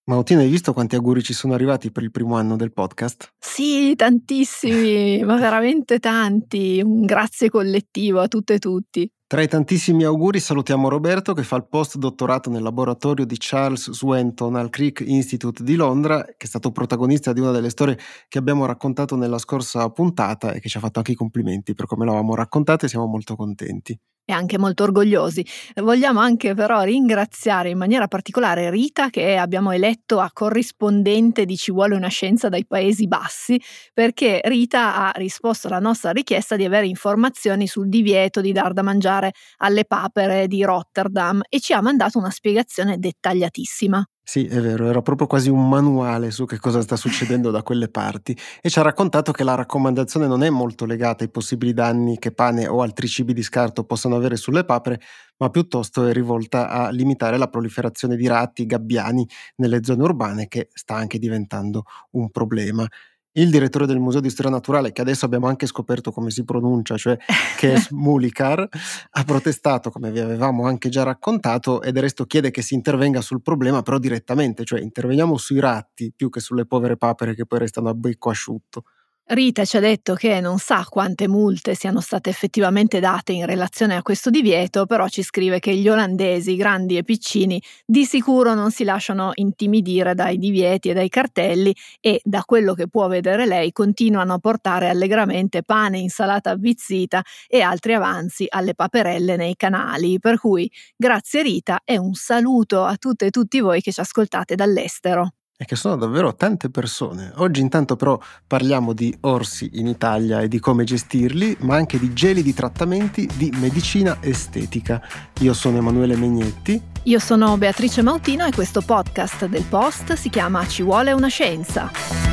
Mautina, hai visto quanti auguri ci sono arrivati per il primo anno del podcast? Sì, tantissimi, ma veramente tanti. Un grazie collettivo a tutte e tutti. Tra i tantissimi auguri salutiamo Roberto che fa il post-dottorato nel laboratorio di Charles Swinton al Crick Institute di Londra, che è stato protagonista di una delle storie che abbiamo raccontato nella scorsa puntata e che ci ha fatto anche i complimenti per come l'avevamo raccontata e siamo molto contenti. E anche molto orgogliosi. Vogliamo anche però ringraziare in maniera particolare Rita, che abbiamo eletto a corrispondente di Ci vuole una scienza dai Paesi Bassi, perché Rita ha risposto alla nostra richiesta di avere informazioni sul divieto di dar da mangiare alle papere di Rotterdam e ci ha mandato una spiegazione dettagliatissima. Sì, è vero, era proprio quasi un manuale su che cosa sta succedendo da quelle parti e ci ha raccontato che la raccomandazione non è molto legata ai possibili danni che pane o altri cibi di scarto possano avere sulle papere, ma piuttosto è rivolta a limitare la proliferazione di ratti, gabbiani nelle zone urbane, che sta anche diventando un problema. Il direttore del Museo di Storia Naturale, che adesso abbiamo anche scoperto come si pronuncia, cioè Kees Mulikar, ha protestato, come vi avevamo anche già raccontato, e del resto chiede che si intervenga sul problema però direttamente, cioè interveniamo sui ratti più che sulle povere papere che poi restano a becco asciutto. Rita ci ha detto che non sa quante multe siano state effettivamente date in relazione a questo divieto, però ci scrive che gli olandesi, grandi e piccini, di sicuro non si lasciano intimidire dai divieti e dai cartelli e, da quello che può vedere lei, continuano a portare allegramente pane, insalata avvizzita e altri avanzi alle paperelle nei canali. Per cui grazie Rita e un saluto a tutte e tutti voi che ci ascoltate dall'estero. E che sono davvero tante persone. Oggi intanto però parliamo di orsi in Italia e di come gestirli, ma anche di gelidi trattamenti di medicina estetica. Io sono Emanuele Megnetti. Io sono Beatrice Mautino e questo podcast del Post si chiama Ci vuole una scienza.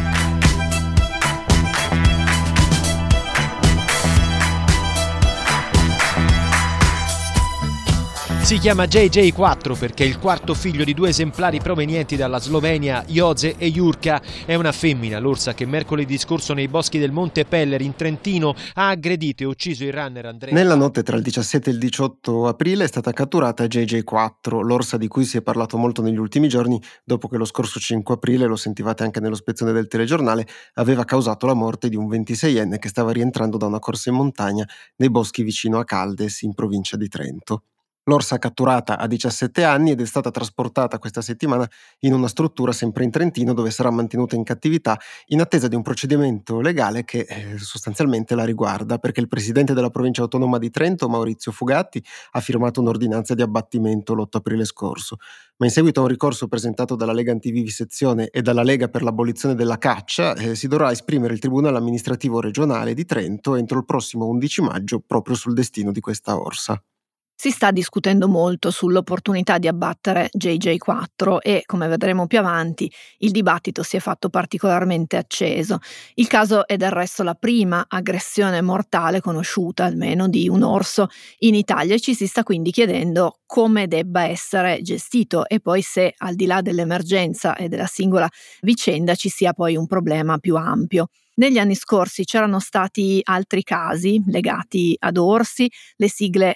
Si chiama JJ4 perché è il quarto figlio di due esemplari provenienti dalla Slovenia, Joze e Jurka. È una femmina, l'orsa che mercoledì scorso nei boschi del Monte Peller in Trentino ha aggredito e ucciso il runner Andrea. Nella notte tra il 17 e il 18 aprile è stata catturata JJ4, l'orsa di cui si è parlato molto negli ultimi giorni dopo che lo scorso 5 aprile, lo sentivate anche nello spezzone del telegiornale, aveva causato la morte di un 26enne che stava rientrando da una corsa in montagna nei boschi vicino a Caldes, in provincia di Trento. L'orsa catturata ha 17 anni ed è stata trasportata questa settimana in una struttura sempre in Trentino dove sarà mantenuta in cattività in attesa di un procedimento legale che sostanzialmente la riguarda, perché il presidente della provincia autonoma di Trento, Maurizio Fugatti, ha firmato un'ordinanza di abbattimento l'8 aprile scorso. Ma in seguito a un ricorso presentato dalla Lega Antivivisezione e dalla Lega per l'abolizione della caccia, si dovrà esprimere il Tribunale amministrativo regionale di Trento entro il prossimo 11 maggio proprio sul destino di questa orsa. Si sta discutendo molto sull'opportunità di abbattere JJ4 e, come vedremo più avanti, il dibattito si è fatto particolarmente acceso. Il caso è del resto la prima aggressione mortale conosciuta, almeno di un orso in Italia, e ci si sta quindi chiedendo come debba essere gestito e poi se, al di là dell'emergenza e della singola vicenda, ci sia poi un problema più ampio. Negli anni scorsi c'erano stati altri casi legati ad orsi, le sigle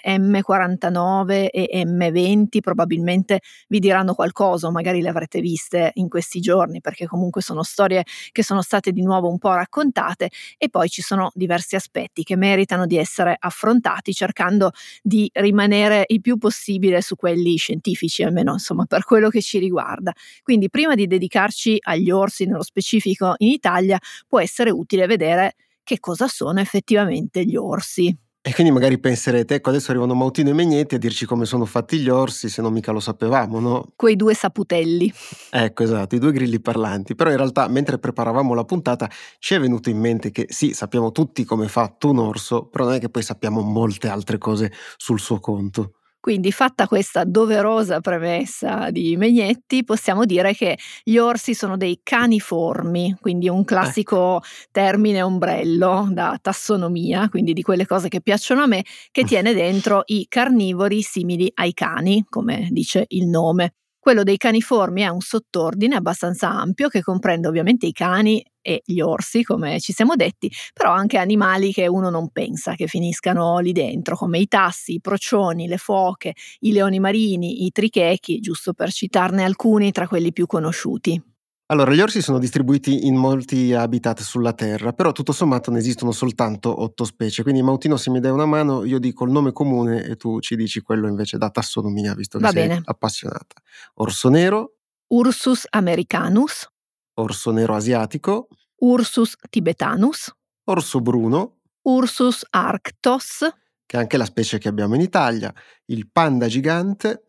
M49 e M20 probabilmente vi diranno qualcosa, o magari le avrete viste in questi giorni, perché comunque sono storie che sono state di nuovo un po' raccontate, e poi ci sono diversi aspetti che meritano di essere affrontati cercando di rimanere il più possibile su quelli scientifici, almeno insomma per quello che ci riguarda. Quindi prima di dedicarci agli orsi nello specifico in Italia può essere utile vedere che cosa sono effettivamente gli orsi. E quindi magari penserete, ecco adesso arrivano Mautino e Megnetti a dirci come sono fatti gli orsi, se non mica lo sapevamo, no? Quei due saputelli. Ecco, esatto, i due grilli parlanti. Però in realtà mentre preparavamo la puntata ci è venuto in mente che sì, sappiamo tutti come è fatto un orso, però non è che poi sappiamo molte altre cose sul suo conto. Quindi, fatta questa doverosa premessa di Megnetti, possiamo dire che gli orsi sono dei caniformi, quindi un classico termine ombrello da tassonomia, quindi di quelle cose che piacciono a me, che tiene dentro i carnivori simili ai cani, come dice il nome. Quello dei caniformi è un sottordine abbastanza ampio che comprende ovviamente i cani e gli orsi, come ci siamo detti, però anche animali che uno non pensa che finiscano lì dentro, come i tassi, i procioni, le foche, i leoni marini, i trichechi, giusto per citarne alcuni tra quelli più conosciuti. Allora, gli orsi sono distribuiti in molti habitat sulla Terra, però tutto sommato ne esistono soltanto 8 specie, quindi Mautino, se mi dai una mano io dico il nome comune e tu ci dici quello invece da tassonomia, visto che Va sei bene. appassionata. Orso nero, Ursus americanus, orso nero asiatico, Ursus tibetanus, orso bruno, Ursus arctos, che è anche la specie che abbiamo in Italia, il panda gigante,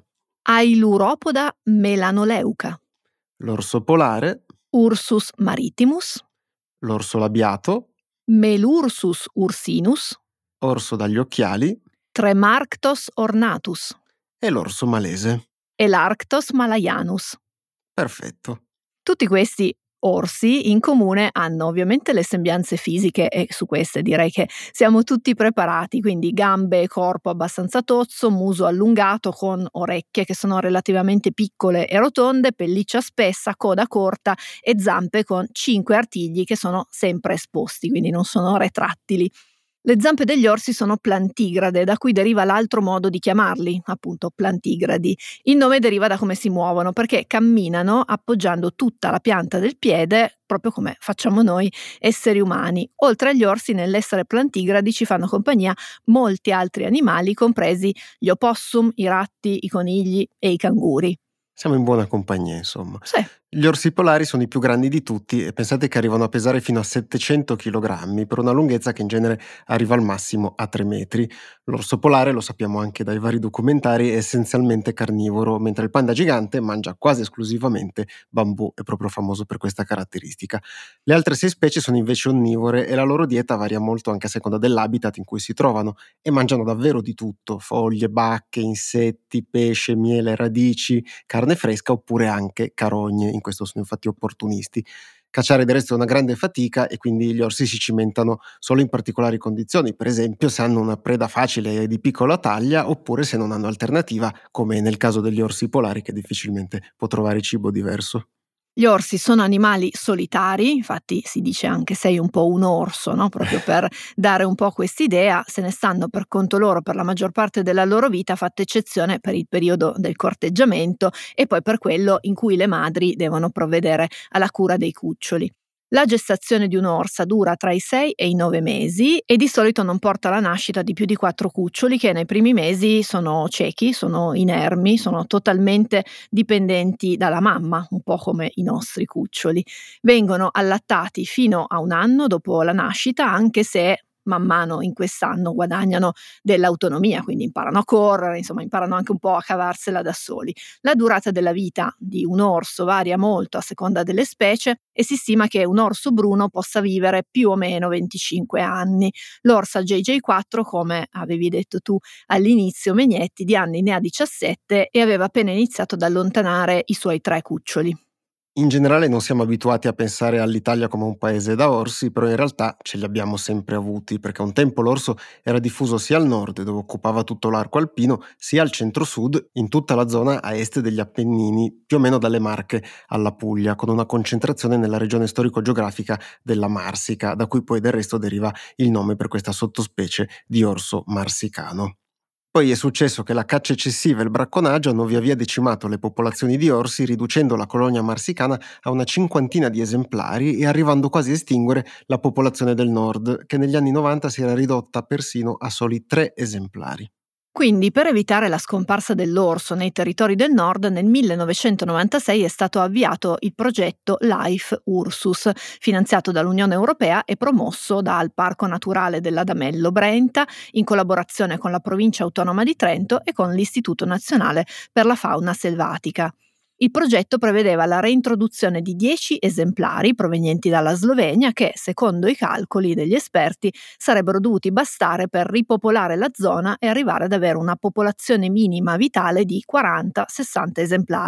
Ailuropoda melanoleuca, l'orso polare, Ursus maritimus, l'orso labiato, Melursus ursinus, orso dagli occhiali Tremarctos ornatus e l'orso malese. e l'Arctos malayanus. Perfetto. Tutti questi orsi in comune hanno ovviamente le sembianze fisiche e su queste direi che siamo tutti preparati, quindi gambe e corpo abbastanza tozzo, muso allungato con orecchie che sono relativamente piccole e rotonde, pelliccia spessa, coda corta e zampe con 5 artigli che sono sempre esposti, quindi non sono retrattili. Le zampe degli orsi sono plantigrade, da cui deriva l'altro modo di chiamarli, appunto plantigradi. Il nome deriva da come si muovono, perché camminano appoggiando tutta la pianta del piede, proprio come facciamo noi esseri umani. Oltre agli orsi, nell'essere plantigradi ci fanno compagnia molti altri animali, compresi gli opossum, i ratti, i conigli e i canguri. Siamo in buona compagnia, insomma. Sì. Gli orsi polari sono i più grandi di tutti e pensate che arrivano a pesare fino a 700 kg per una lunghezza che in genere arriva al massimo a 3 metri. L'orso polare, lo sappiamo anche dai vari documentari, è essenzialmente carnivoro, mentre il panda gigante mangia quasi esclusivamente bambù, è proprio famoso per questa caratteristica. Le altre 6 specie sono invece onnivore e la loro dieta varia molto anche a seconda dell'habitat in cui si trovano e mangiano davvero di tutto: foglie, bacche, insetti, pesce, miele, radici, carne fresca oppure anche carogne, in questo sono infatti opportunisti. Cacciare del resto è una grande fatica e quindi gli orsi si cimentano solo in particolari condizioni, per esempio se hanno una preda facile e di piccola taglia oppure se non hanno alternativa, come nel caso degli orsi polari che difficilmente può trovare cibo diverso. Gli orsi sono animali solitari, infatti si dice anche sei un po' un orso, no? Proprio per dare un po' quest'idea, se ne stanno per conto loro per la maggior parte della loro vita, fatta eccezione per il periodo del corteggiamento e poi per quello in cui le madri devono provvedere alla cura dei cuccioli. La gestazione di un'orsa dura tra i 6 e i 9 mesi e di solito non porta alla nascita di più di 4 cuccioli che nei primi mesi sono ciechi, sono inermi, sono totalmente dipendenti dalla mamma, un po' come i nostri cuccioli. Vengono allattati fino a 1 anno dopo la nascita, anche se man mano in quest'anno guadagnano dell'autonomia, quindi imparano a correre, insomma imparano anche un po' a cavarsela da soli. La durata della vita di un orso varia molto a seconda delle specie e si stima che un orso bruno possa vivere più o meno 25 anni. L'orsa JJ4, come avevi detto tu all'inizio, Megnetti, di anni ne ha 17 e aveva appena iniziato ad allontanare i suoi 3 cuccioli. In generale non siamo abituati a pensare all'Italia come un paese da orsi, però in realtà ce li abbiamo sempre avuti, perché un tempo l'orso era diffuso sia al nord, dove occupava tutto l'arco alpino, sia al centro-sud, in tutta la zona a est degli Appennini, più o meno dalle Marche alla Puglia, con una concentrazione nella regione storico-geografica della Marsica, da cui poi del resto deriva il nome per questa sottospecie di orso marsicano. Poi è successo che la caccia eccessiva e il bracconaggio hanno via via decimato le popolazioni di orsi, riducendo la colonia marsicana a una cinquantina di esemplari e arrivando quasi a estinguere la popolazione del nord, che negli anni 90 si era ridotta persino a soli 3 esemplari. Quindi, per evitare la scomparsa dell'orso nei territori del nord, nel 1996 è stato avviato il progetto Life Ursus, finanziato dall'Unione Europea e promosso dal Parco Naturale dell'Adamello Brenta, in collaborazione con la Provincia Autonoma di Trento e con l'Istituto Nazionale per la Fauna Selvatica. Il progetto prevedeva la reintroduzione di 10 esemplari provenienti dalla Slovenia che, secondo i calcoli degli esperti, sarebbero dovuti bastare per ripopolare la zona e arrivare ad avere una popolazione minima vitale di 40-60 esemplari.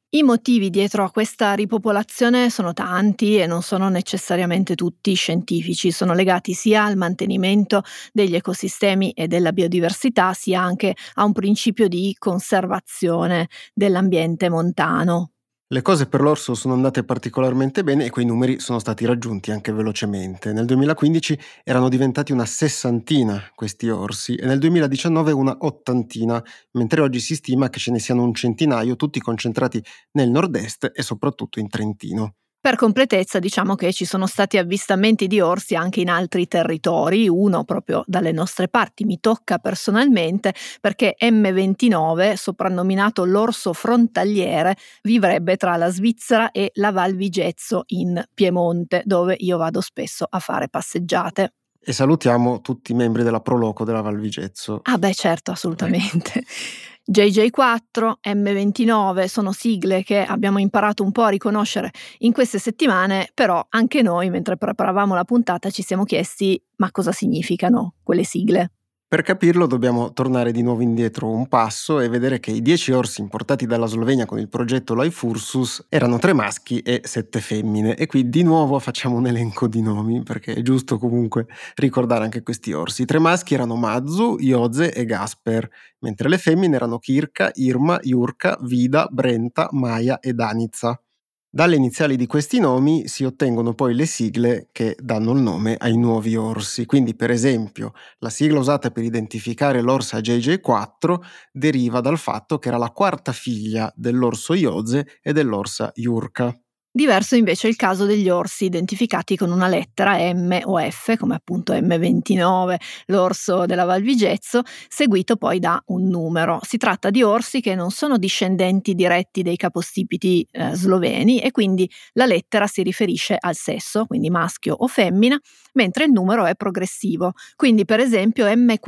I motivi dietro a questa ripopolazione sono tanti e non sono necessariamente tutti scientifici, sono legati sia al mantenimento degli ecosistemi e della biodiversità, sia anche a un principio di conservazione dell'ambiente montano. Le cose per l'orso sono andate particolarmente bene e quei numeri sono stati raggiunti anche velocemente. Nel 2015 erano diventati una sessantina questi orsi e nel 2019 una ottantina, mentre oggi si stima che ce ne siano un centinaio, tutti concentrati nel nord-est e soprattutto in Trentino. Per completezza diciamo che ci sono stati avvistamenti di orsi anche in altri territori, uno proprio dalle nostre parti mi tocca personalmente perché M29, soprannominato l'orso frontaliere, vivrebbe tra la Svizzera e la Val Vigezzo in Piemonte, dove io vado spesso a fare passeggiate. E salutiamo tutti i membri della Proloco della Val Vigezzo. Ah beh certo, assolutamente. JJ4, M29 sono sigle che abbiamo imparato un po' a riconoscere in queste settimane, però anche noi mentre preparavamo la puntata ci siamo chiesti ma cosa significano quelle sigle? Per capirlo dobbiamo tornare di nuovo indietro un passo e vedere che i 10 orsi importati dalla Slovenia con il progetto Life Ursus erano 3 maschi e 7 femmine e qui di nuovo facciamo un elenco di nomi perché è giusto comunque ricordare anche questi orsi. I 3 maschi erano Mazu, Joze e Gasper, mentre le femmine erano Kirka, Irma, Jurka, Vida, Brenta, Maja e Danica. Dalle iniziali di questi nomi si ottengono poi le sigle che danno il nome ai nuovi orsi. Quindi, per esempio, la sigla usata per identificare l'orsa JJ4 deriva dal fatto che era la quarta figlia dell'orso Joze e dell'orsa Jurka. Diverso invece è il caso degli orsi identificati con una lettera M o F, come appunto M29, l'orso della Val Vigezzo, seguito poi da un numero. Si tratta di orsi che non sono discendenti diretti dei capostipiti sloveni e quindi la lettera si riferisce al sesso, quindi maschio o femmina, mentre il numero è progressivo. Quindi per esempio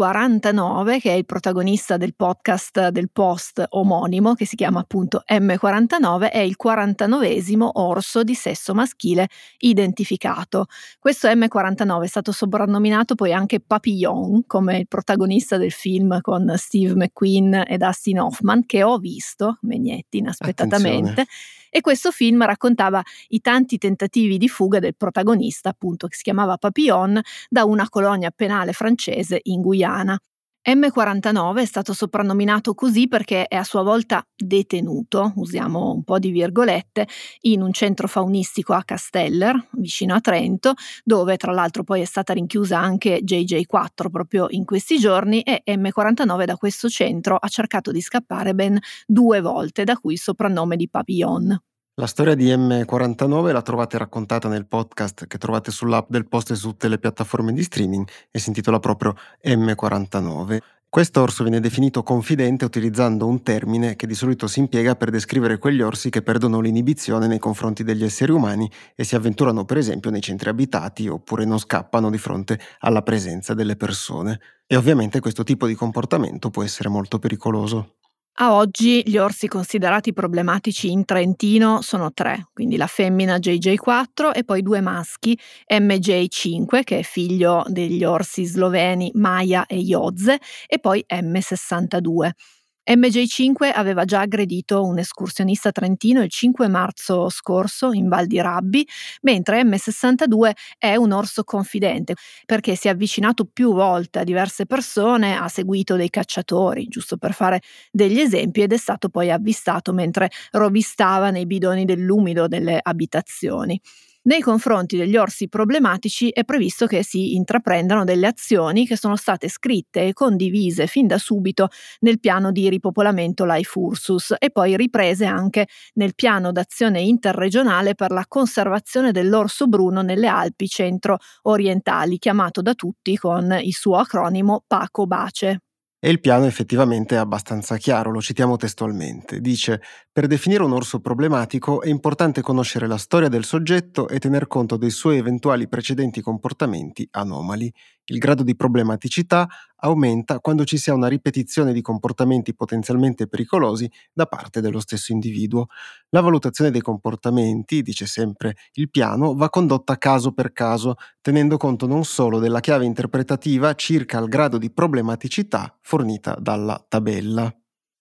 M49, che è il protagonista del podcast del Post omonimo, che si chiama appunto M49, è il 49esimo orso di sesso maschile identificato. Questo M49 è stato soprannominato poi anche Papillon, come il protagonista del film con Steve McQueen e Dustin Hoffman, che ho visto, Megnetti, inaspettatamente. Attenzione. E questo film raccontava i tanti tentativi di fuga del protagonista, appunto, che si chiamava Papillon, da una colonia penale francese in Guyana. M49 è stato soprannominato così perché è a sua volta detenuto, usiamo un po' di virgolette, in un centro faunistico a Casteller, vicino a Trento, dove tra l'altro poi è stata rinchiusa anche JJ4 proprio in questi giorni e M49 da questo centro ha cercato di scappare ben 2 volte, da cui il soprannome di Papillon. La storia di M49 la trovate raccontata nel podcast che trovate sull'app del Post e su tutte le piattaforme di streaming e si intitola proprio M49. Quest'orso viene definito confidente utilizzando un termine che di solito si impiega per descrivere quegli orsi che perdono l'inibizione nei confronti degli esseri umani e si avventurano per esempio nei centri abitati oppure non scappano di fronte alla presenza delle persone. E ovviamente questo tipo di comportamento può essere molto pericoloso. A oggi gli orsi considerati problematici in Trentino sono 3, quindi la femmina JJ4 e poi 2 maschi, MJ5 che è figlio degli orsi sloveni Maja e Joze e poi M62. MJ5 aveva già aggredito un escursionista trentino il 5 marzo scorso in Val di Rabbi, mentre M62 è un orso confidente perché si è avvicinato più volte a diverse persone, ha seguito dei cacciatori, giusto per fare degli esempi, ed è stato poi avvistato mentre rovistava nei bidoni dell'umido delle abitazioni. Nei confronti degli orsi problematici è previsto che si intraprendano delle azioni che sono state scritte e condivise fin da subito nel piano di ripopolamento Life Ursus e poi riprese anche nel piano d'azione interregionale per la conservazione dell'orso bruno nelle Alpi centro-orientali, chiamato da tutti con il suo acronimo PACO-BACE. E il piano effettivamente è abbastanza chiaro, lo citiamo testualmente. Dice: per definire un orso problematico è importante conoscere la storia del soggetto e tener conto dei suoi eventuali precedenti comportamenti anomali. Il grado di problematicità aumenta quando ci sia una ripetizione di comportamenti potenzialmente pericolosi da parte dello stesso individuo. La valutazione dei comportamenti, dice sempre il piano, va condotta caso per caso, tenendo conto non solo della chiave interpretativa circa il grado di problematicità fornita dalla tabella.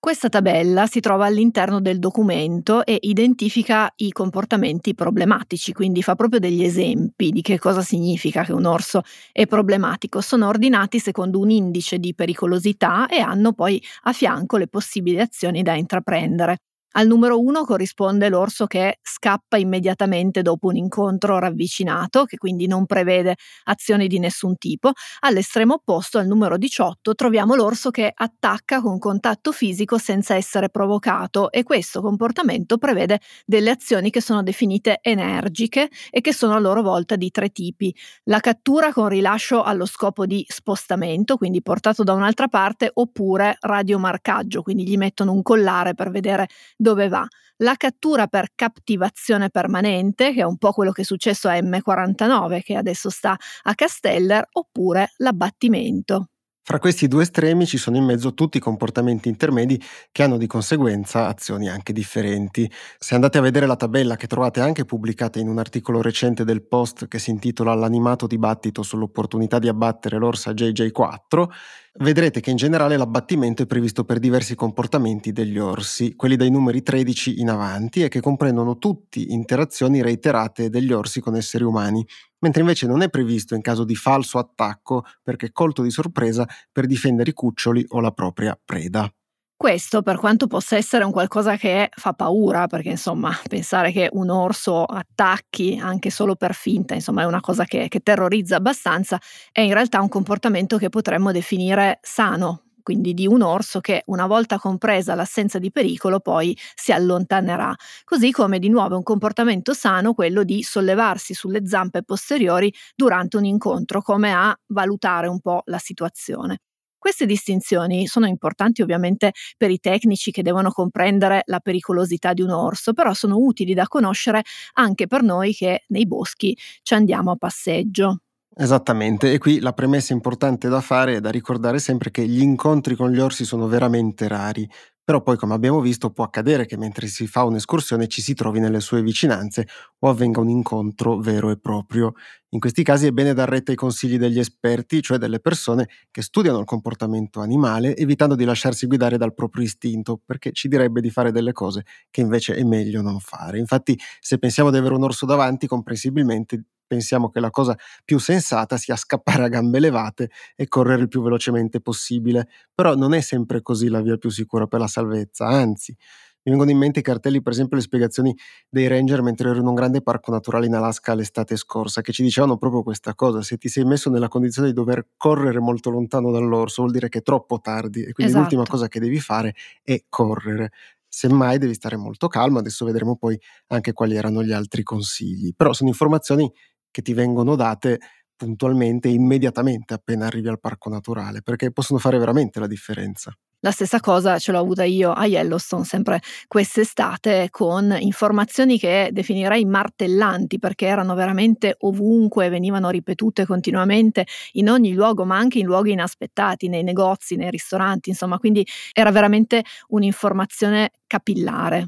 Questa tabella si trova all'interno del documento e identifica i comportamenti problematici, quindi fa proprio degli esempi di che cosa significa che un orso è problematico. Sono ordinati secondo un indice di pericolosità e hanno poi a fianco le possibili azioni da intraprendere. Al numero 1 corrisponde l'orso che scappa immediatamente dopo un incontro ravvicinato, che quindi non prevede azioni di nessun tipo. All'estremo opposto, al numero 18, troviamo l'orso che attacca con contatto fisico senza essere provocato, e questo comportamento prevede delle azioni che sono definite energiche e che sono a loro volta di 3 tipi. La cattura con rilascio allo scopo di spostamento, quindi portato da un'altra parte, oppure radiomarcaggio, quindi gli mettono un collare per vedere dove va. La cattura per captivazione permanente, che è un po' quello che è successo a M49, che adesso sta a Casteller, oppure l'abbattimento. Fra questi due estremi ci sono in mezzo tutti i comportamenti intermedi che hanno di conseguenza azioni anche differenti. Se andate a vedere la tabella, che trovate anche pubblicata in un articolo recente del Post che si intitola "L'animato dibattito sull'opportunità di abbattere l'orsa JJ4", vedrete che in generale l'abbattimento è previsto per diversi comportamenti degli orsi, quelli dai numeri 13 in avanti, e che comprendono tutti interazioni reiterate degli orsi con esseri umani, mentre invece non è previsto in caso di falso attacco, perché colto di sorpresa per difendere i cuccioli o la propria preda. Questo, per quanto possa essere un qualcosa che fa paura, perché insomma pensare che un orso attacchi anche solo per finta, insomma è una cosa che terrorizza abbastanza, è in realtà un comportamento che potremmo definire sano, quindi di un orso che, una volta compresa l'assenza di pericolo, poi si allontanerà. Così come di nuovo è un comportamento sano quello di sollevarsi sulle zampe posteriori durante un incontro, come a valutare un po' la situazione. Queste distinzioni sono importanti ovviamente per i tecnici che devono comprendere la pericolosità di un orso, però sono utili da conoscere anche per noi che nei boschi ci andiamo a passeggio. Esattamente, e qui la premessa importante da fare è da ricordare sempre che gli incontri con gli orsi sono veramente rari, però poi, come abbiamo visto, può accadere che mentre si fa un'escursione ci si trovi nelle sue vicinanze o avvenga un incontro vero e proprio. In questi casi è bene dar retta ai consigli degli esperti, cioè delle persone che studiano il comportamento animale, evitando di lasciarsi guidare dal proprio istinto, perché ci direbbe di fare delle cose che invece è meglio non fare. Infatti, se pensiamo di avere un orso davanti, comprensibilmente pensiamo che la cosa più sensata sia scappare a gambe levate e correre il più velocemente possibile, però non è sempre così la via più sicura per la salvezza, anzi. Mi vengono in mente i cartelli, per esempio le spiegazioni dei ranger mentre ero in un grande parco naturale in Alaska l'estate scorsa, che ci dicevano proprio questa cosa: se ti sei messo nella condizione di dover correre molto lontano dall'orso vuol dire che è troppo tardi, e quindi l'ultima Esatto. cosa che devi fare è correre. Semmai devi stare molto calmo. Adesso vedremo poi anche quali erano gli altri consigli, però sono informazioni che ti vengono date puntualmente, immediatamente appena arrivi al parco naturale, perché possono fare veramente la differenza. La stessa cosa ce l'ho avuta io a Yellowstone, sempre quest'estate, con informazioni che definirei martellanti, perché erano veramente ovunque, venivano ripetute continuamente in ogni luogo, ma anche in luoghi inaspettati, nei negozi, nei ristoranti, insomma, quindi era veramente un'informazione capillare.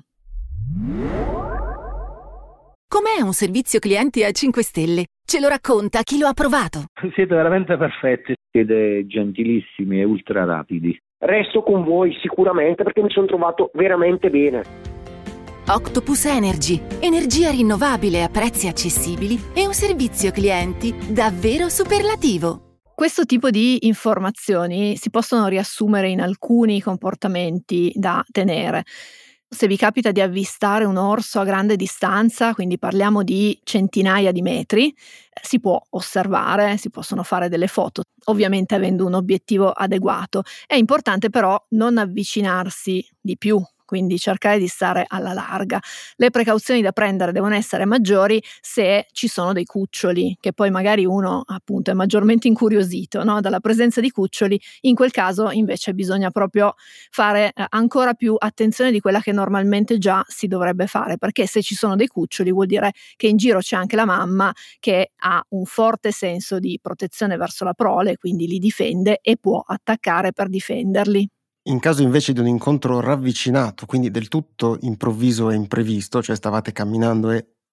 Com'è un servizio clienti a 5 stelle? Ce lo racconta chi lo ha provato. Siete veramente perfetti, siete gentilissimi e ultra rapidi. Resto con voi sicuramente perché mi sono trovato veramente bene. Octopus Energy, energia rinnovabile a prezzi accessibili e un servizio clienti davvero superlativo. Questo tipo di informazioni si possono riassumere in alcuni comportamenti da tenere. Se vi capita di avvistare un orso a grande distanza, quindi parliamo di centinaia di metri, si può osservare, si possono fare delle foto, ovviamente avendo un obiettivo adeguato. È importante però non avvicinarsi di più, quindi cercare di stare alla larga. Le precauzioni da prendere devono essere maggiori se ci sono dei cuccioli, che poi magari uno appunto è maggiormente incuriosito, no, dalla presenza di cuccioli. In quel caso invece bisogna proprio fare ancora più attenzione di quella che normalmente già si dovrebbe fare, perché se ci sono dei cuccioli vuol dire che in giro c'è anche la mamma che ha un forte senso di protezione verso la prole, quindi li difende e può attaccare per difenderli. In caso invece di un incontro ravvicinato, quindi del tutto improvviso e imprevisto, cioè stavate camminando e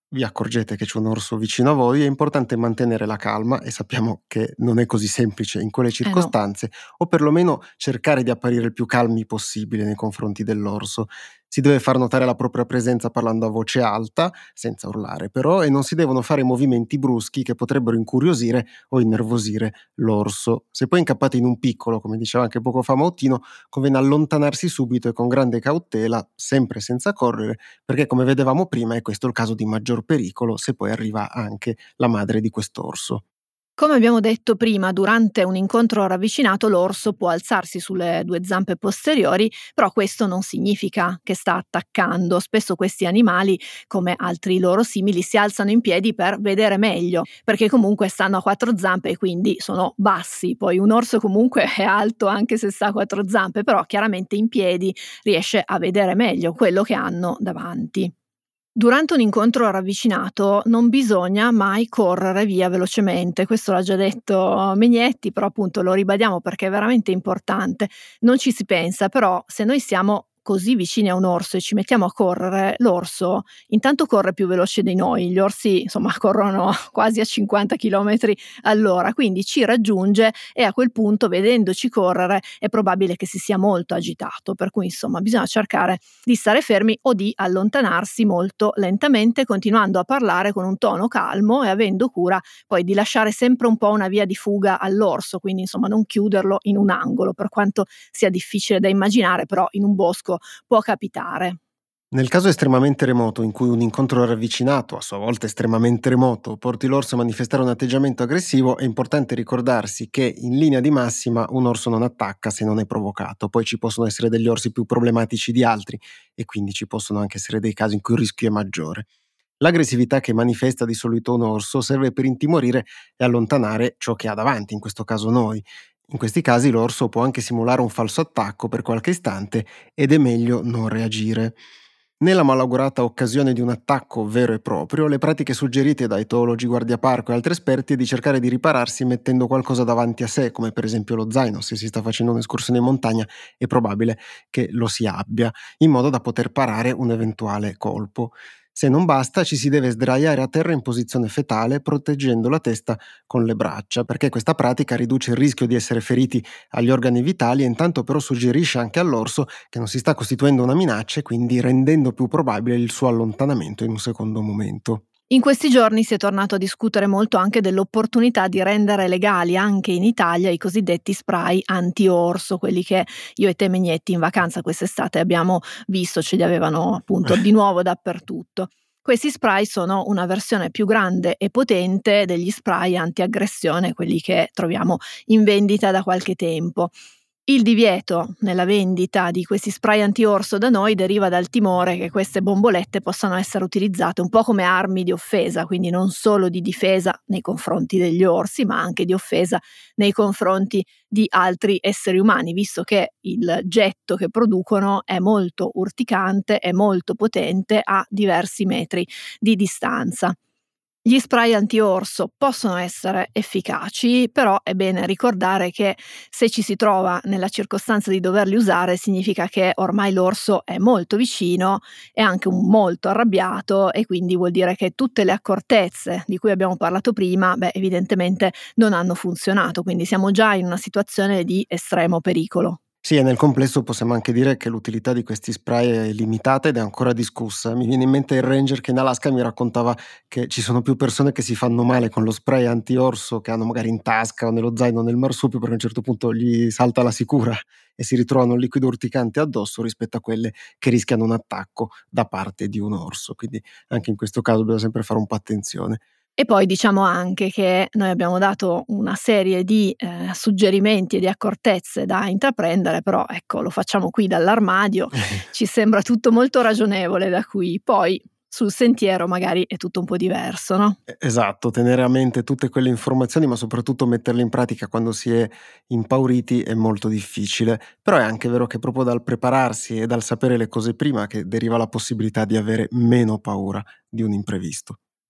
vi accorgete che c'è un orso vicino a voi, è importante mantenere la calma, e sappiamo che non è così semplice in quelle No. circostanze, o perlomeno cercare di apparire il più calmi possibile nei confronti dell'orso. Si deve far notare la propria presenza parlando a voce alta, senza urlare però, e non si devono fare movimenti bruschi che potrebbero incuriosire o innervosire l'orso. Se poi incappate in un piccolo, come diceva anche poco fa Mautino, conviene allontanarsi subito e con grande cautela, sempre senza correre, perché come vedevamo prima è questo il caso di maggior pericolo se poi arriva anche la madre di quest'orso. Come abbiamo detto prima, durante un incontro ravvicinato l'orso può alzarsi sulle due zampe posteriori, però questo non significa che sta attaccando. Spesso questi animali, come altri loro simili, si alzano in piedi per vedere meglio, perché comunque stanno a quattro zampe e quindi sono bassi. Poi un orso comunque è alto anche se sta a quattro zampe, però chiaramente in piedi riesce a vedere meglio quello che hanno davanti. Durante un incontro ravvicinato non bisogna mai correre via velocemente, questo l'ha già detto Megnetti, però appunto lo ribadiamo perché è veramente importante. Non ci si pensa, però se noi siamo così vicini a un orso e ci mettiamo a correre, l'orso intanto corre più veloce di noi, gli orsi insomma corrono quasi a 50 km all'ora, quindi ci raggiunge e a quel punto vedendoci correre è probabile che si sia molto agitato, per cui insomma bisogna cercare di stare fermi o di allontanarsi molto lentamente, continuando a parlare con un tono calmo e avendo cura poi di lasciare sempre un po' una via di fuga all'orso, quindi insomma non chiuderlo in un angolo, per quanto sia difficile da immaginare, però in un bosco può capitare. Nel caso estremamente remoto, in cui un incontro ravvicinato, a sua volta estremamente remoto, porti l'orso a manifestare un atteggiamento aggressivo, è importante ricordarsi che in linea di massima un orso non attacca se non è provocato. Poi ci possono essere degli orsi più problematici di altri e quindi ci possono anche essere dei casi in cui il rischio è maggiore. L'aggressività che manifesta di solito un orso serve per intimorire e allontanare ciò che ha davanti, in questo caso noi. In questi casi l'orso può anche simulare un falso attacco per qualche istante ed è meglio non reagire. Nella malaugurata occasione di un attacco vero e proprio, le pratiche suggerite da etologi, guardiaparco e altri esperti è di cercare di ripararsi mettendo qualcosa davanti a sé, come per esempio lo zaino. Se si sta facendo un'escursione in montagna è probabile che lo si abbia, in modo da poter parare un eventuale colpo. Se non basta, ci si deve sdraiare a terra in posizione fetale, proteggendo la testa con le braccia, perché questa pratica riduce il rischio di essere feriti agli organi vitali e intanto però suggerisce anche all'orso che non si sta costituendo una minaccia e quindi rendendo più probabile il suo allontanamento in un secondo momento. In questi giorni si è tornato a discutere molto anche dell'opportunità di rendere legali anche in Italia i cosiddetti spray anti-orso, quelli che io e te Megnetti in vacanza quest'estate abbiamo visto, ce li avevano appunto di nuovo dappertutto. Questi spray sono una versione più grande e potente degli spray anti-aggressione, quelli che troviamo in vendita da qualche tempo. Il divieto nella vendita di questi spray anti-orso da noi deriva dal timore che queste bombolette possano essere utilizzate un po' come armi di offesa, quindi non solo di difesa nei confronti degli orsi, ma anche di offesa nei confronti di altri esseri umani, visto che il getto che producono è molto urticante, è molto potente a diversi metri di distanza. Gli spray anti-orso possono essere efficaci, però è bene ricordare che se ci si trova nella circostanza di doverli usare significa che ormai l'orso è molto vicino, è anche molto arrabbiato e quindi vuol dire che tutte le accortezze di cui abbiamo parlato prima, evidentemente non hanno funzionato, quindi siamo già in una situazione di estremo pericolo. Sì, e nel complesso possiamo anche dire che l'utilità di questi spray è limitata ed è ancora discussa. Mi viene in mente il ranger che in Alaska mi raccontava che ci sono più persone che si fanno male con lo spray anti-orso che hanno magari in tasca o nello zaino o nel marsupio, perché a un certo punto gli salta la sicura e si ritrovano un liquido urticante addosso rispetto a quelle che rischiano un attacco da parte di un orso. Quindi anche in questo caso bisogna sempre fare un po' attenzione. E poi diciamo anche che noi abbiamo dato una serie di suggerimenti e di accortezze da intraprendere, però ecco, lo facciamo qui dall'armadio, ci sembra tutto molto ragionevole da qui, poi sul sentiero magari è tutto un po' diverso, no? Esatto, tenere a mente tutte quelle informazioni, ma soprattutto metterle in pratica quando si è impauriti è molto difficile. Però è anche vero che proprio dal prepararsi e dal sapere le cose prima che deriva la possibilità di avere meno paura di un imprevisto.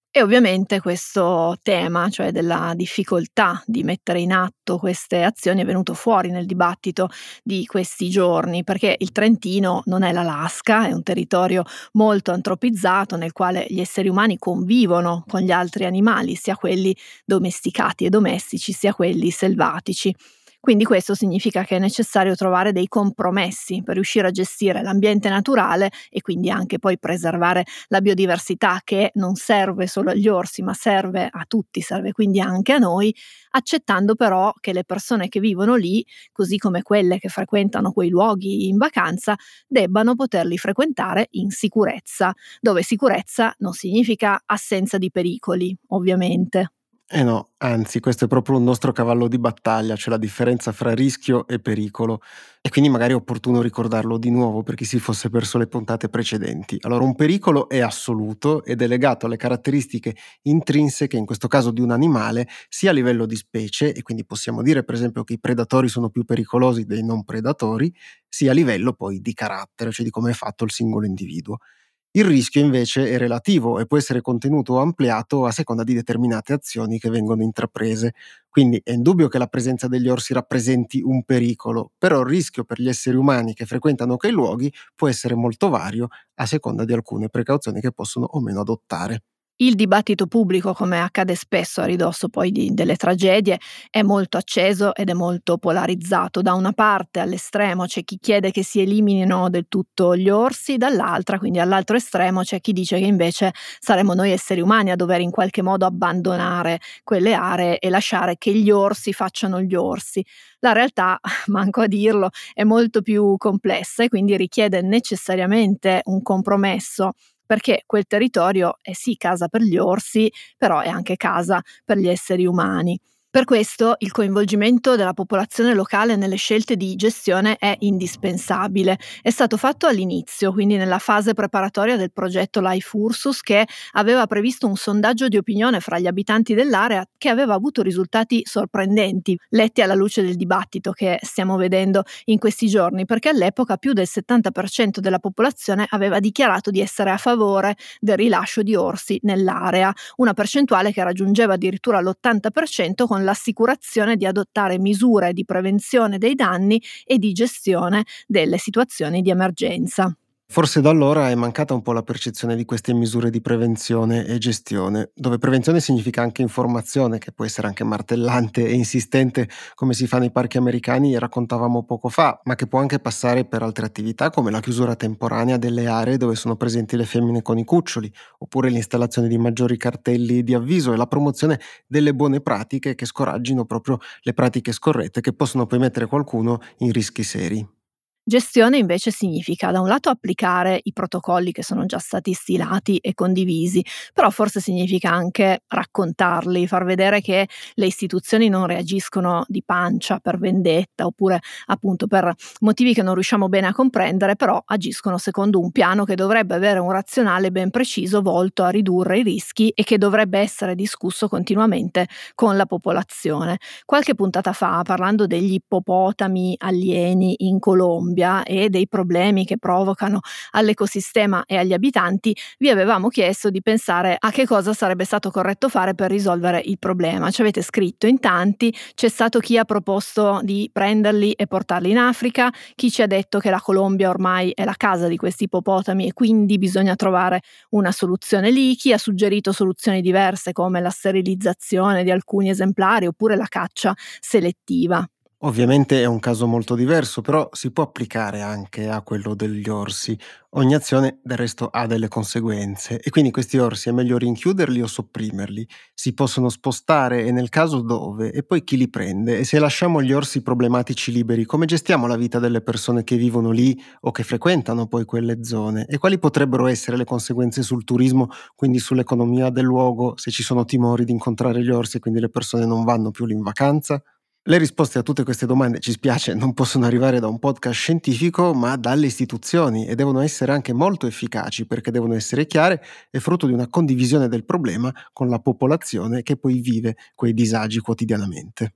E ovviamente questo tema, cioè della difficoltà di mettere in atto queste azioni, è venuto fuori nel dibattito di questi giorni, perché il Trentino non è l'Alaska, è un territorio molto antropizzato nel quale gli esseri umani convivono con gli altri animali, sia quelli domesticati e domestici, sia quelli selvatici. Quindi questo significa che è necessario trovare dei compromessi per riuscire a gestire l'ambiente naturale e quindi anche poi preservare la biodiversità, che non serve solo agli orsi ma serve a tutti, serve quindi anche a noi, accettando però che le persone che vivono lì, così come quelle che frequentano quei luoghi in vacanza, debbano poterli frequentare in sicurezza, dove sicurezza non significa assenza di pericoli, ovviamente. Eh no, anzi, questo è proprio un nostro cavallo di battaglia, cioè la differenza fra rischio e pericolo. E quindi magari è opportuno ricordarlo di nuovo per chi si fosse perso le puntate precedenti. Allora, un pericolo è assoluto ed è legato alle caratteristiche intrinseche, in questo caso di un animale, sia a livello di specie, e quindi possiamo dire per esempio che i predatori sono più pericolosi dei non predatori, sia a livello poi di carattere, cioè di come è fatto il singolo individuo. Il rischio invece è relativo e può essere contenuto o ampliato a seconda di determinate azioni che vengono intraprese. Quindi è indubbio che la presenza degli orsi rappresenti un pericolo, però il rischio per gli esseri umani che frequentano quei luoghi può essere molto vario a seconda di alcune precauzioni che possono o meno adottare. Il dibattito pubblico, come accade spesso a ridosso poi delle tragedie, è molto acceso ed è molto polarizzato. Da una parte, all'estremo, c'è chi chiede che si eliminino del tutto gli orsi, dall'altra, quindi all'altro estremo, c'è chi dice che invece saremo noi esseri umani a dover in qualche modo abbandonare quelle aree e lasciare che gli orsi facciano gli orsi. La realtà, manco a dirlo, è molto più complessa e quindi richiede necessariamente un compromesso, perché quel territorio è sì casa per gli orsi, però è anche casa per gli esseri umani. Per questo il coinvolgimento della popolazione locale nelle scelte di gestione è indispensabile. È stato fatto all'inizio, quindi nella fase preparatoria del progetto Life Ursus, che aveva previsto un sondaggio di opinione fra gli abitanti dell'area che aveva avuto risultati sorprendenti, letti alla luce del dibattito che stiamo vedendo in questi giorni, perché all'epoca più del 70% della popolazione aveva dichiarato di essere a favore del rilascio di orsi nell'area, una percentuale che raggiungeva addirittura l'80% con l'assicurazione di adottare misure di prevenzione dei danni e di gestione delle situazioni di emergenza. Forse da allora è mancata un po' la percezione di queste misure di prevenzione e gestione, dove prevenzione significa anche informazione, che può essere anche martellante e insistente, come si fa nei parchi americani e raccontavamo poco fa, ma che può anche passare per altre attività come la chiusura temporanea delle aree dove sono presenti le femmine con i cuccioli, oppure l'installazione di maggiori cartelli di avviso e la promozione delle buone pratiche che scoraggino proprio le pratiche scorrette che possono poi mettere qualcuno in rischi seri. Gestione invece significa da un lato applicare i protocolli che sono già stati stilati e condivisi, però forse significa anche raccontarli, far vedere che le istituzioni non reagiscono di pancia per vendetta oppure appunto per motivi che non riusciamo bene a comprendere, però agiscono secondo un piano che dovrebbe avere un razionale ben preciso volto a ridurre i rischi e che dovrebbe essere discusso continuamente con la popolazione. Qualche puntata fa, parlando degli ippopotami alieni in Colombia e dei problemi che provocano all'ecosistema e agli abitanti, vi avevamo chiesto di pensare a che cosa sarebbe stato corretto fare per risolvere il problema. Ci avete scritto in tanti, c'è stato chi ha proposto di prenderli e portarli in Africa, chi ci ha detto che la Colombia ormai è la casa di questi ippopotami e quindi bisogna trovare una soluzione lì, chi ha suggerito soluzioni diverse come la sterilizzazione di alcuni esemplari oppure la caccia selettiva. Ovviamente è un caso molto diverso, però si può applicare anche a quello degli orsi. Ogni azione del resto ha delle conseguenze e quindi questi orsi è meglio rinchiuderli o sopprimerli. Si possono spostare e nel caso dove e poi chi li prende, e se lasciamo gli orsi problematici liberi, come gestiamo la vita delle persone che vivono lì o che frequentano poi quelle zone, e quali potrebbero essere le conseguenze sul turismo, quindi sull'economia del luogo, se ci sono timori di incontrare gli orsi e quindi le persone non vanno più lì in vacanza? Le risposte a tutte queste domande, ci spiace, non possono arrivare da un podcast scientifico, ma dalle istituzioni, e devono essere anche molto efficaci perché devono essere chiare e frutto di una condivisione del problema con la popolazione che poi vive quei disagi quotidianamente.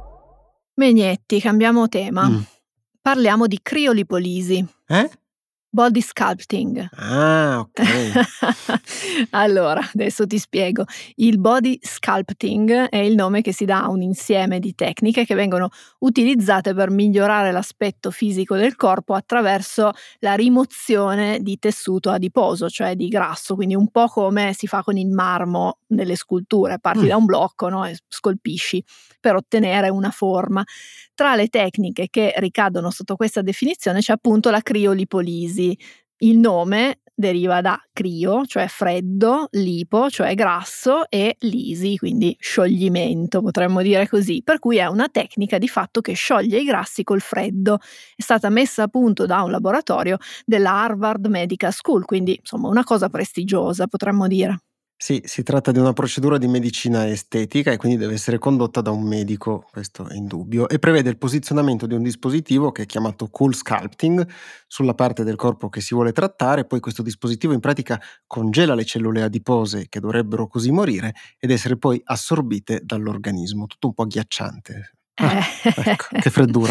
Megnetti, cambiamo tema. Mm. Parliamo di criolipolisi. Eh? Body sculpting. Ah, ok. Allora, adesso ti spiego. Il body sculpting è il nome che si dà a un insieme di tecniche che vengono utilizzate per migliorare l'aspetto fisico del corpo attraverso la rimozione di tessuto adiposo, cioè di grasso, quindi un po' come si fa con il marmo nelle sculture, parti da un blocco, no, e scolpisci per ottenere una forma. Tra le tecniche che ricadono sotto questa definizione c'è appunto la criolipolisi. Il nome deriva da crio, cioè freddo, lipo, cioè grasso, e lisi, quindi scioglimento, potremmo dire così, per cui è una tecnica di fatto che scioglie i grassi col freddo. È stata messa a punto da un laboratorio della Harvard Medical School, quindi insomma una cosa prestigiosa, potremmo dire. Sì, si tratta di una procedura di medicina estetica e quindi deve essere condotta da un medico, questo è indubbio, e prevede il posizionamento di un dispositivo che è chiamato Cool Sculpting sulla parte del corpo che si vuole trattare. Poi questo dispositivo in pratica congela le cellule adipose che dovrebbero così morire ed essere poi assorbite dall'organismo, tutto un po' agghiacciante. Ecco, che freddura.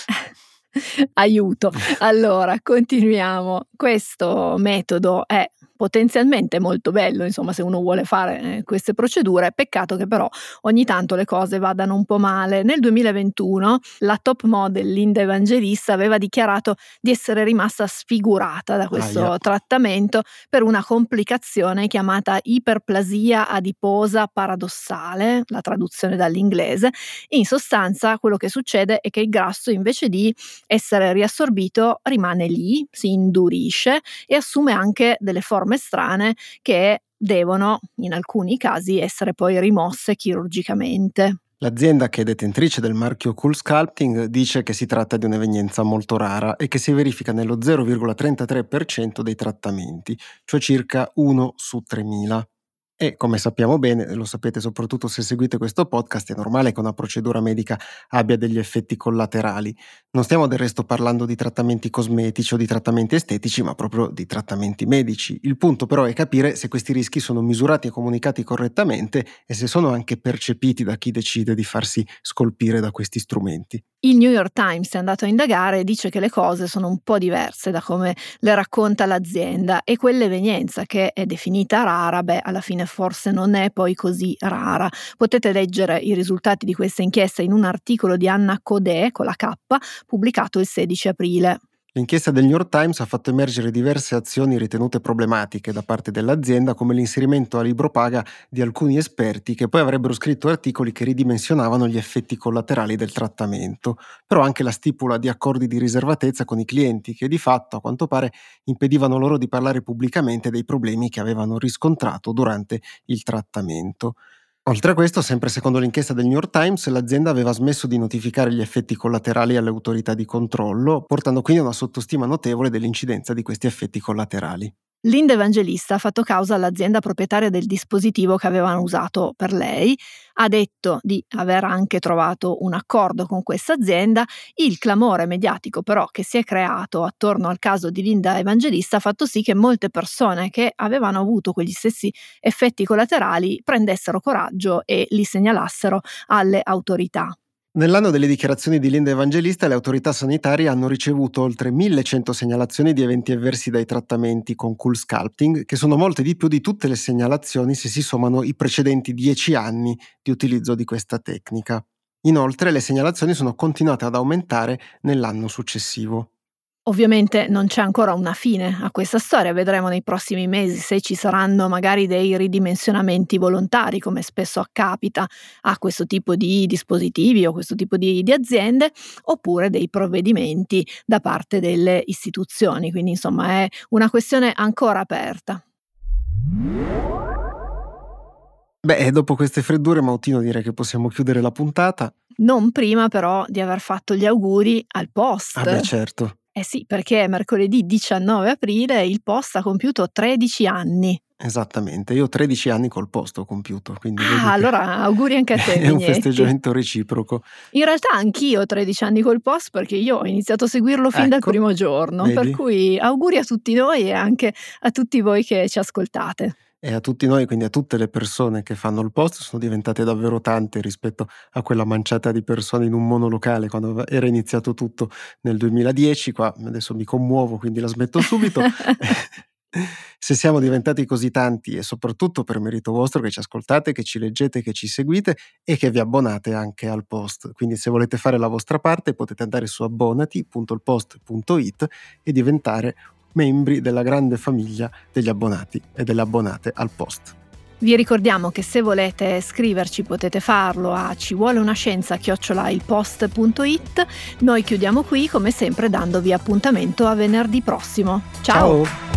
Aiuto. Allora, continuiamo. Questo metodo è potenzialmente molto bello, insomma, se uno vuole fare queste procedure. Peccato che però ogni tanto le cose vadano un po' male. Nel 2021 la top model Linda Evangelista aveva dichiarato di essere rimasta sfigurata da questo trattamento per una complicazione chiamata iperplasia adiposa paradossale, la traduzione dall'inglese. In sostanza quello che succede è che il grasso, invece di essere riassorbito, rimane lì, si indurisce e assume anche delle forme strane che devono in alcuni casi essere poi rimosse chirurgicamente. L'azienda, che è detentrice del marchio Cool Sculpting, dice che si tratta di un'evenienza molto rara e che si verifica nello 0,33% dei trattamenti, cioè circa 1 su 3.000. E come sappiamo bene, lo sapete soprattutto se seguite questo podcast, è normale che una procedura medica abbia degli effetti collaterali. Non stiamo del resto parlando di trattamenti cosmetici o di trattamenti estetici, ma proprio di trattamenti medici. Il punto però è capire se questi rischi sono misurati e comunicati correttamente e se sono anche percepiti da chi decide di farsi scolpire da questi strumenti. Il New York Times è andato a indagare e dice che le cose sono un po' diverse da come le racconta l'azienda, e quell'evenienza che è definita rara, alla fine forse non è poi così rara. Potete leggere i risultati di questa inchiesta in un articolo di Anna Codè, con la K, pubblicato il 16 aprile. L'inchiesta del New York Times ha fatto emergere diverse azioni ritenute problematiche da parte dell'azienda, come l'inserimento a libro paga di alcuni esperti che poi avrebbero scritto articoli che ridimensionavano gli effetti collaterali del trattamento, però anche la stipula di accordi di riservatezza con i clienti che di fatto, a quanto pare, impedivano loro di parlare pubblicamente dei problemi che avevano riscontrato durante il trattamento. Oltre a questo, sempre secondo l'inchiesta del New York Times, l'azienda aveva smesso di notificare gli effetti collaterali alle autorità di controllo, portando quindi a una sottostima notevole dell'incidenza di questi effetti collaterali. Linda Evangelista ha fatto causa all'azienda proprietaria del dispositivo che avevano usato per lei, ha detto di aver anche trovato un accordo con questa azienda. Il clamore mediatico però che si è creato attorno al caso di Linda Evangelista ha fatto sì che molte persone che avevano avuto quegli stessi effetti collaterali prendessero coraggio e li segnalassero alle autorità. Nell'anno delle dichiarazioni di Linda Evangelista, le autorità sanitarie hanno ricevuto oltre 1.100 segnalazioni di eventi avversi dai trattamenti con Cool Sculpting, che sono molte di più di tutte le segnalazioni se si sommano i precedenti 10 anni di utilizzo di questa tecnica. Inoltre, le segnalazioni sono continuate ad aumentare nell'anno successivo. Ovviamente non c'è ancora una fine a questa storia, vedremo nei prossimi mesi se ci saranno magari dei ridimensionamenti volontari, come spesso accapita a questo tipo di dispositivi o questo tipo di aziende, oppure dei provvedimenti da parte delle istituzioni, quindi insomma è una questione ancora aperta. Dopo queste freddure, Mautino, direi che possiamo chiudere la puntata. Non prima però di aver fatto gli auguri al Post. Certo. Eh sì, perché mercoledì 19 aprile il Post ha compiuto 13 anni. Esattamente, io ho 13 anni col Post ho compiuto, quindi allora auguri anche a te, è un festeggiamento reciproco. In realtà anch'io ho 13 anni col Post, perché io ho iniziato a seguirlo fin dal primo giorno, vedi? Per cui auguri a tutti noi e anche a tutti voi che ci ascoltate. E a tutti noi, quindi a tutte le persone che fanno il post, sono diventate davvero tante rispetto a quella manciata di persone in un monolocale quando era iniziato tutto nel 2010. Qua adesso mi commuovo, quindi la smetto subito. Se siamo diventati così tanti, e soprattutto per merito vostro, che ci ascoltate, che ci leggete, che ci seguite e che vi abbonate anche al post. Quindi se volete fare la vostra parte potete andare su abbonati.ilpost.it e diventare membri della grande famiglia degli abbonati e delle abbonate al post. Vi ricordiamo che se volete scriverci potete farlo a civuoleunascienza@ilpost.it. Noi chiudiamo qui come sempre dandovi appuntamento a venerdì prossimo. Ciao!